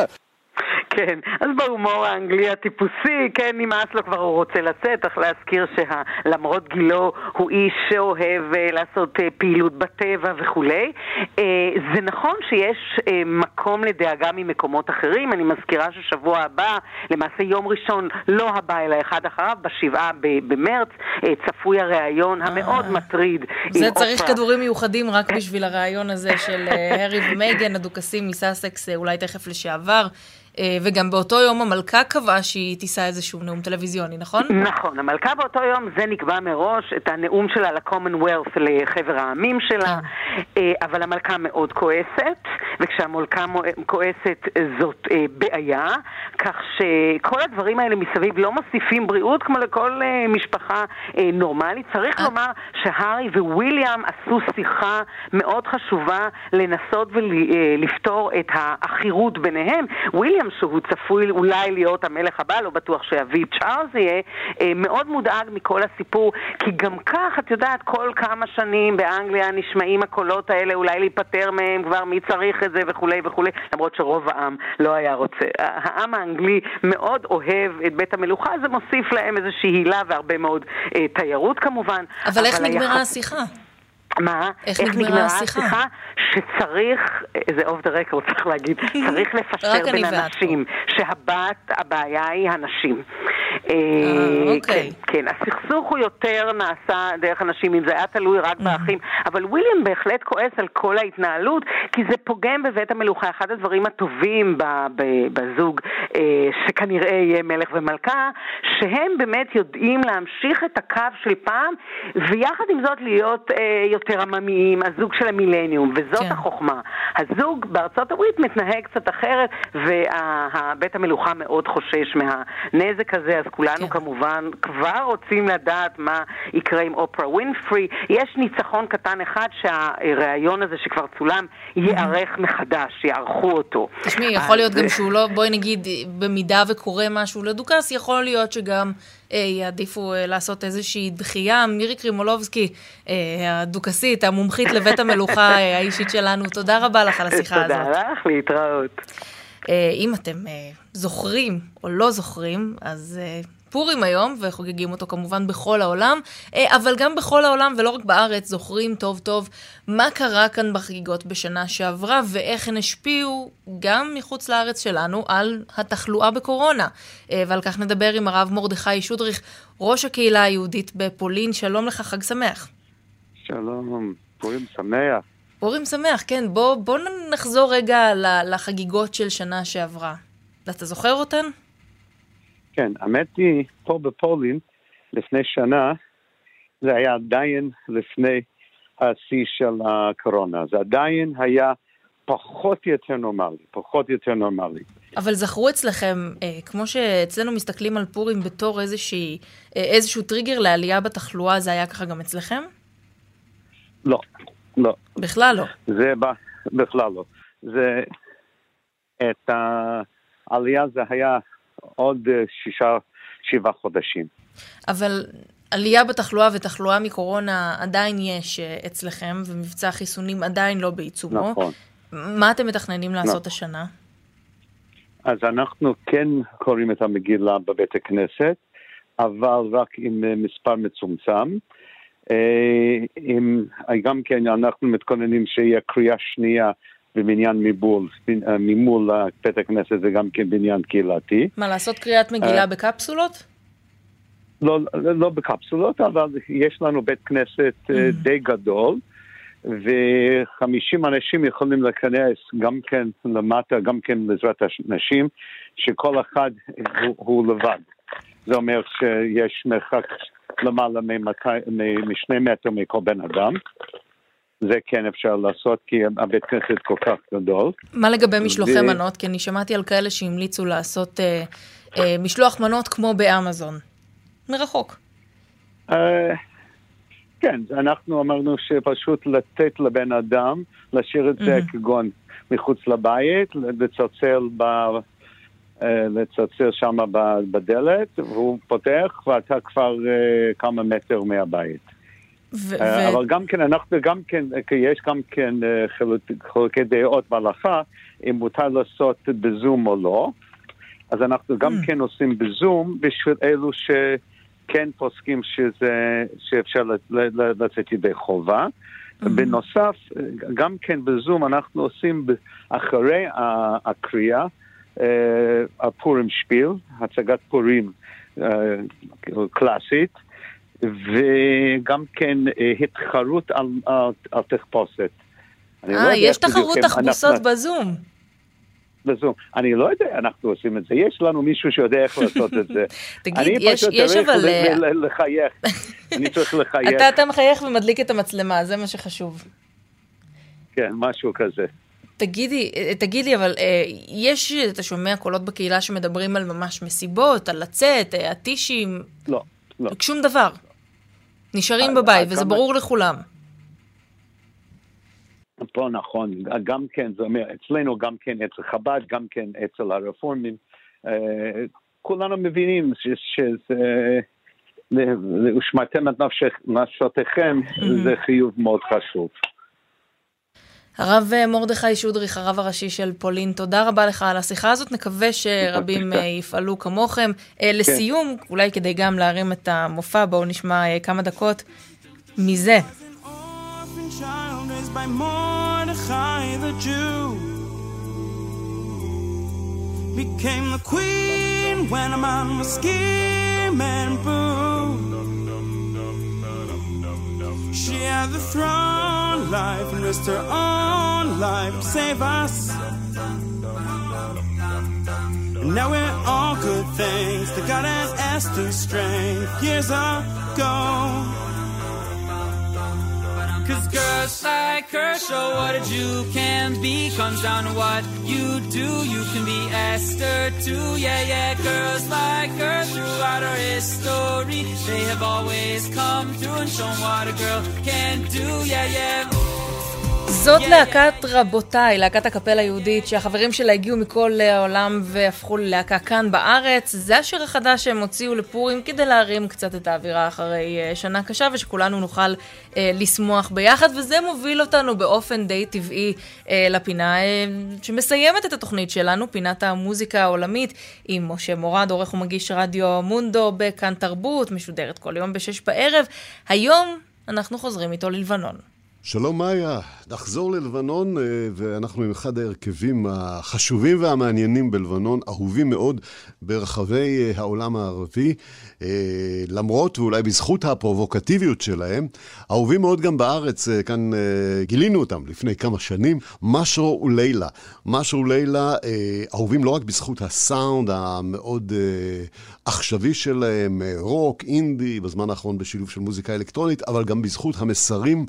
כן, אז בהומור האנגלי הטיפוסי, כן, נמאס לו כבר, הוא רוצה לצאת, צריך להזכיר שלמרות גילו הוא איש שאוהב לעשות פעילות בטבע וכולי. זה נכון שיש מקום לדאגה ממקומות אחרים, אני מזכירה ששבוע הבא, למעשה יום ראשון לא הבא אלא אחד אחריו, ב7 במרץ, צפוי הרעיון המאוד מטריד. זה צריך כדורים מיוחדים רק בשביל הרעיון הזה של הרי ומייגן, הדוכסים מסאסקס, אולי תכף לשעבר. וגם באותו יום המלכה קבעה שהיא תישא איזשהו נאום טלוויזיוני, נכון? נכון, המלכה באותו יום זה נקבע מראש, את הנאום שלה לקומנוולת' לחבר העמים שלה, אבל המלכה מאוד כועסת, וכשהמולקה כועסת זאת בעיה, כך שכל הדברים האלה מסביב לא מוסיפים בריאות כמו לכל משפחה נורמלית. צריך לומר שהארי וויליאם עשו שיחה מאוד חשובה לנסות ולפתור את האחירות ביניהם. וויליאם, שהוא צפוי אולי להיות המלך הבא, לא בטוח שאביו צ'ארלס יהיה, מאוד מודאג מכל הסיפור, כי גם כך, את יודעת, כל כמה שנים באנגליה נשמעים הקולות האלה, אולי להיפטר מהם כבר, מי צריך את זה וכולי וכולי, למרות שרוב העם לא היה רוצה. העם האנגלי מאוד אוהב את בית המלוכה, זה מוסיף להם איזושהי הילה והרבה מאוד תיירות כמובן. אבל איך נגמרה השיחה? מה? איך נגמרה השיחה? שצריך, זה אוף דה רקורד צריך להגיד, צריך לפשר בין אנשים, הבעיה היא הנשים. כן, הסכסוך הוא יותר נעשה דרך אנשים, אם זה היה תלוי רק באחים, אבל וויליאם בהחלט כועס על כל ההתנהלות, כי זה פוגם בבית המלוכה. אחד הדברים הטובים בזוג, שכנראה יהיה מלך ומלכה, שהם באמת יודעים להמשיך את הקו של פעם, ויחד עם זאת להיות יותר עממיים, הזוג של המילניום, וזאת החוכמה. הזוג בארצות הברית מתנהג קצת אחרת, ובית המלוכה מאוד חושש מהנזק הזה, אז כולנו כמובן כבר רוצים לדעת מה יקרה עם אופרה ווינפרי. יש ניצחון קטן אחד שהרעיון הזה שכבר צולם יערך מחדש, יערכו אותו. תשמעי, יכול להיות גם שהוא לא, בואי נגיד, במידה וקורה משהו לדוכס, יכול להיות שגם יעדיפו לעשות איזושהי דחייה. מירי קרימולובסקי, הדוכסית, המומחית לבית המלוכה האישית שלנו, תודה רבה לך על השיחה הזאת. תודה לך, להתראות. אם אתם זוכרים או לא זוכרים, אז פורים היום, וחוגגים אותו כמובן בכל העולם, אבל גם בכל העולם ולא רק בארץ, זוכרים טוב טוב מה קרה כאן בחגיגות בשנה שעברה, ואיך הן השפיעו גם מחוץ לארץ שלנו על התחלואה בקורונה. ועל כך נדבר עם הרב מרדכי שודריך, ראש הקהילה היהודית בפולין. שלום לך, חג שמח. שלום, פורים שמח. פורים שמח, כן. בוא נחזור רגע לחגיגות של שנה שעברה. אתה זוכר אותן? כן, האמת היא, פה בפולין, לפני שנה, זה היה עדיין לפני השיא של הקורונה. זה עדיין היה פחות יותר נורמלי. אבל זכרו אצלכם, כמו שאצלנו מסתכלים על פורים בתור איזשהו טריגר לעלייה בתחלואה, זה היה ככה גם אצלכם? לא. בכלל לא. בכלל לא. את העלייה זה היה עוד 6-7 חודשים. אבל עלייה בתחלואה ותחלואה מקורונה עדיין יש אצלכם, ומבצע חיסונים עדיין לא בעיצומו. נכון. מה אתם מתכננים לעשות השנה? אז אנחנו כן קוראים את המגילה בבית הכנסת, אבל רק עם מספר מצומצם. גם כן אנחנו מתכוננים שיהיה קריאה שנייה במניין ממול בית הכנסת, זה גם כן בניין קהילתי. מה, לעשות קריאת מגילה בקפסולות? לא בקפסולות, אבל יש לנו בית כנסת די גדול, ו50 אנשים יכולים להיכנס גם כן למטה, גם כן בעזרת אנשים, שכל אחד הוא לבד. זה אומר שיש מרחק למעלה מ2 מטר מכל בן אדם. זה כן אפשר לעשות, כי הבית כנסת כל כך גדול. מה לגבי משלוחי מנות? כי אני שמעתי על כאלה שהמליצו לעשות משלוח מנות כמו באמזון. מרחוק. כן, אנחנו אמרנו שפשוט לתת לבן אדם, להשאיר את זה כגון מחוץ לבית, לצלצל שם בדלת, והוא פותח, ואתה כבר כמה מטר מהבית. אבל גם כן, יש גם כן חלוקי דעות בהלכה, אם מותר לעשות בזום או לא, אז אנחנו גם כן עושים בזום, בשביל אלו שכן פוסקים שאפשר לצאת ידי חובה. בנוסף, גם כן בזום אנחנו עושים אחרי הקריאה, הפורים שפיל, הצגת פורים קלאסית, וגם כן התחרות על תחפושת. יש תחרות תחפושות בזום. בזום. אני לא יודע, אנחנו עושים את זה. יש לנו מישהו שיודע איך לעשות את זה. תגיד, יש אבל... לחייך. אני צריך לחייך. אתה מחייך ומדליק את המצלמה, זה מה שחשוב. כן, משהו כזה. תגידי, אבל אתה שומע קולות בקהילה שמדברים על ממש מסיבות, על לצאת, הטישים? לא. שום דבר. נשארים בבית, וזה ברור לכולם. פה נכון, גם כן, זה אומר, אצלנו גם כן אצל חב"ד, גם כן אצל הרפורמים, כולנו מבינים ושמרתם את נפשותיכם, זה חיוב מאוד חשוב. הרב מרדכי שודריך, הרב הראשי של פולין, תודה רבה לך על השיחה הזאת, נקווה שרבים יפעלו כמוכם. לסיום, אולי כדי גם להרים את המופע, בואו נשמע כמה דקות מזה. By Mordechai the Jew, became the queen when a man was scheming boo. She had the throne life and risked her own life to save us. And now we're all good things that God and Esther's strength years ago. 'Cause girls like her show what a Jew can be. Comes down to what you do, you can be Esther too. Yeah, girls like her throughout our history, they have always come through and shown what a girl can do. Yeah. זאת להקת רבותיי, להקת הקפל היהודית, שהחברים שלה הגיעו מכל העולם והפכו ללהקה כאן בארץ. זה השיר החדש שהם הוציאו לפורים כדי להרים קצת את האווירה אחרי שנה קשה, ושכולנו נוכל לשמוח ביחד, וזה מוביל אותנו באופן די טבעי לפינה שמסיימת את התוכנית שלנו, פינת המוזיקה העולמית, עם משה מורד, עורך ומגיש רדיו מונדו בכאן תרבות, משודרת כל יום ב-6 בערב. היום אנחנו חוזרים איתו ללבנון. שלום מאיה, נחזור ללבנון ואנחנו עם אחד ההרכבים החשובים והמעניינים בלבנון, אהובים מאוד ברחבי העולם הערבי, למרות ואולי בזכות הפרובוקטיביות שלהם, אהובים מאוד גם בארץ, כאן גילינו אותם לפני כמה שנים, משרו ולילה. משרו ולילה אהובים לא רק בזכות הסאונד המאוד עכשווי שלהם, רוק, אינדי, בזמן האחרון בשילוב של מוזיקה אלקטרונית, אבל גם בזכות המסרים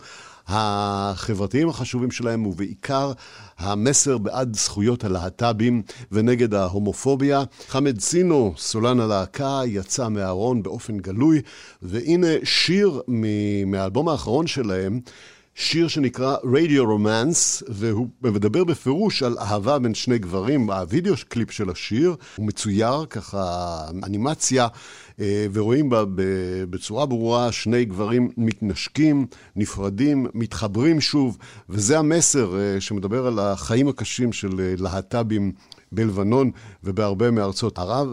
החברתיים החשובים שלהם, ובעיקר המסר בעד זכויות הלהט"בים ונגד ההומופוביה. חמד סינו, סולן הלהקה, יצא מהארון באופן גלוי, והנה שיר מהאלבום האחרון שלהם, שיר שנקרא Radio Romance, והוא מדבר בפירוש על אהבה בין שני גברים. הווידאו קליפ של השיר הוא מצויר, ככה אנימציה, ורואים בה בצורה ברורה שני גברים מתנשקים, נפרדים, מתחברים שוב, וזה המסר שמדבר על החיים הקשים של להט"בים בלבנון ובהרבה מארצות ערב.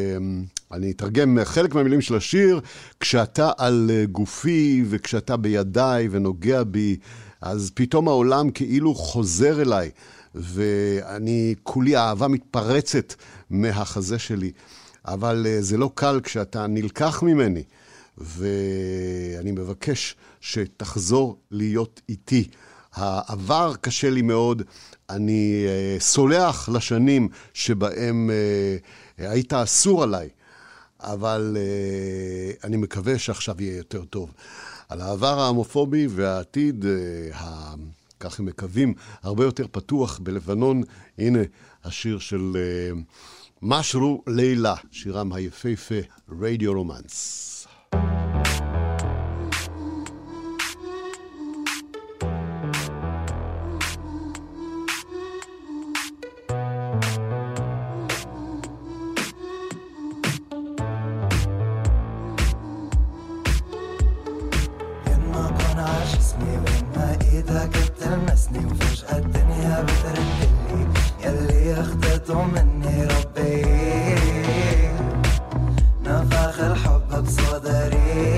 אני אתרגם חלק מהמילים של השיר: כשאתה על גופי וכשאתה בידיי ונוגע בי, אז פתאום העולם כאילו חוזר אליי, ואני כולי אהבה מתפרצת מהחזה שלי. אבל זה לא קל כשאתה נלקח ממני, ואני מבקש שתחזור להיות איתי. העבר קשה לי מאוד, אני סולח לשנים שבהם היית אסור עליי, אבל אני מקווה שעכשיו יהיה יותר טוב. על העבר ההומופובי והעתיד, כך הם מקווים, הרבה יותר פתוח בלבנון. הנה השיר של משרו לילה, שירם היפהפה, רדיו רומנס. تلمسني وفجأة الدنيا بتردلي يلي اخدته مني ربي نفخ الحب بصدري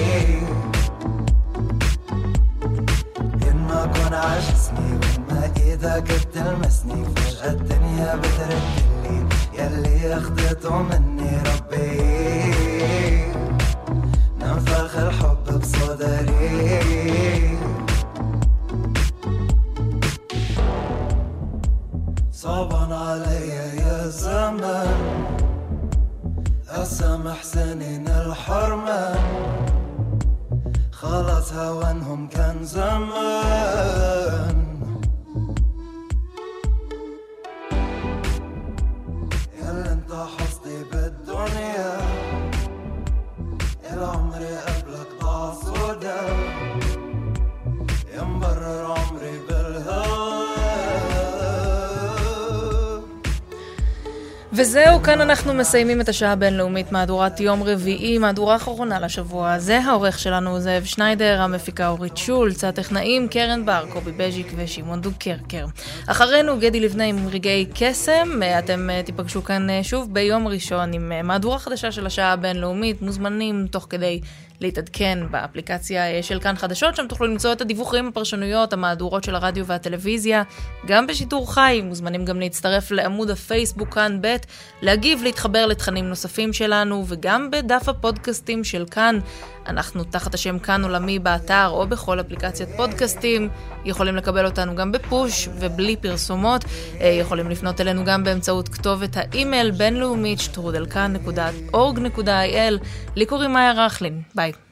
ين ما كون عجزني وين ما ايدك بتلمسني فجأة الدنيا بتردلي يلي اخدته مني ربي نفخ الحب بصدري صعبا علي يا زمان أسامح سنين الحرمان خلاص هوانهم كان زمان וזהו, כאן אנחנו מסיימים את השעה הבינלאומית, מהדורת יום רביעי, מהדורה האחרונה לשבוע הזה. העורך שלנו זאב שניידר, המפיקה אורית שולץ, הטכנאים קרן בר, קובי בז'יק ושמעון דוקרקר. אחרינו גדי לבנה עם רגעי קסם. אתם תיפגשו כאן שוב ביום ראשון עם מהדורה חדשה של השעה הבינלאומית. מוזמנים תוך כדי להתעדכן באפליקציה של כאן חדשות, שם תוכלו למצוא את הדיווחים, הפרשנויות, המהדורות של הרדיו והטלוויזיה, גם בשידור חי. מוזמנים גם להצטרף לעמוד הפייסבוק כאן ב', להגיב, להתחבר לתכנים נוספים שלנו, וגם בדף הפודקאסטים של כאן. אנחנו תחת השם כאן עולמי באתר או בכל אפליקציית פודקאסטים. יכולים לקבל אותנו גם בפוש ובלי פרסומות. יכולים לפנות אלינו גם באמצעות כתובת האימייל בינלאומית @kan.org.il. לי קוראים מאיה רכלין. ביי.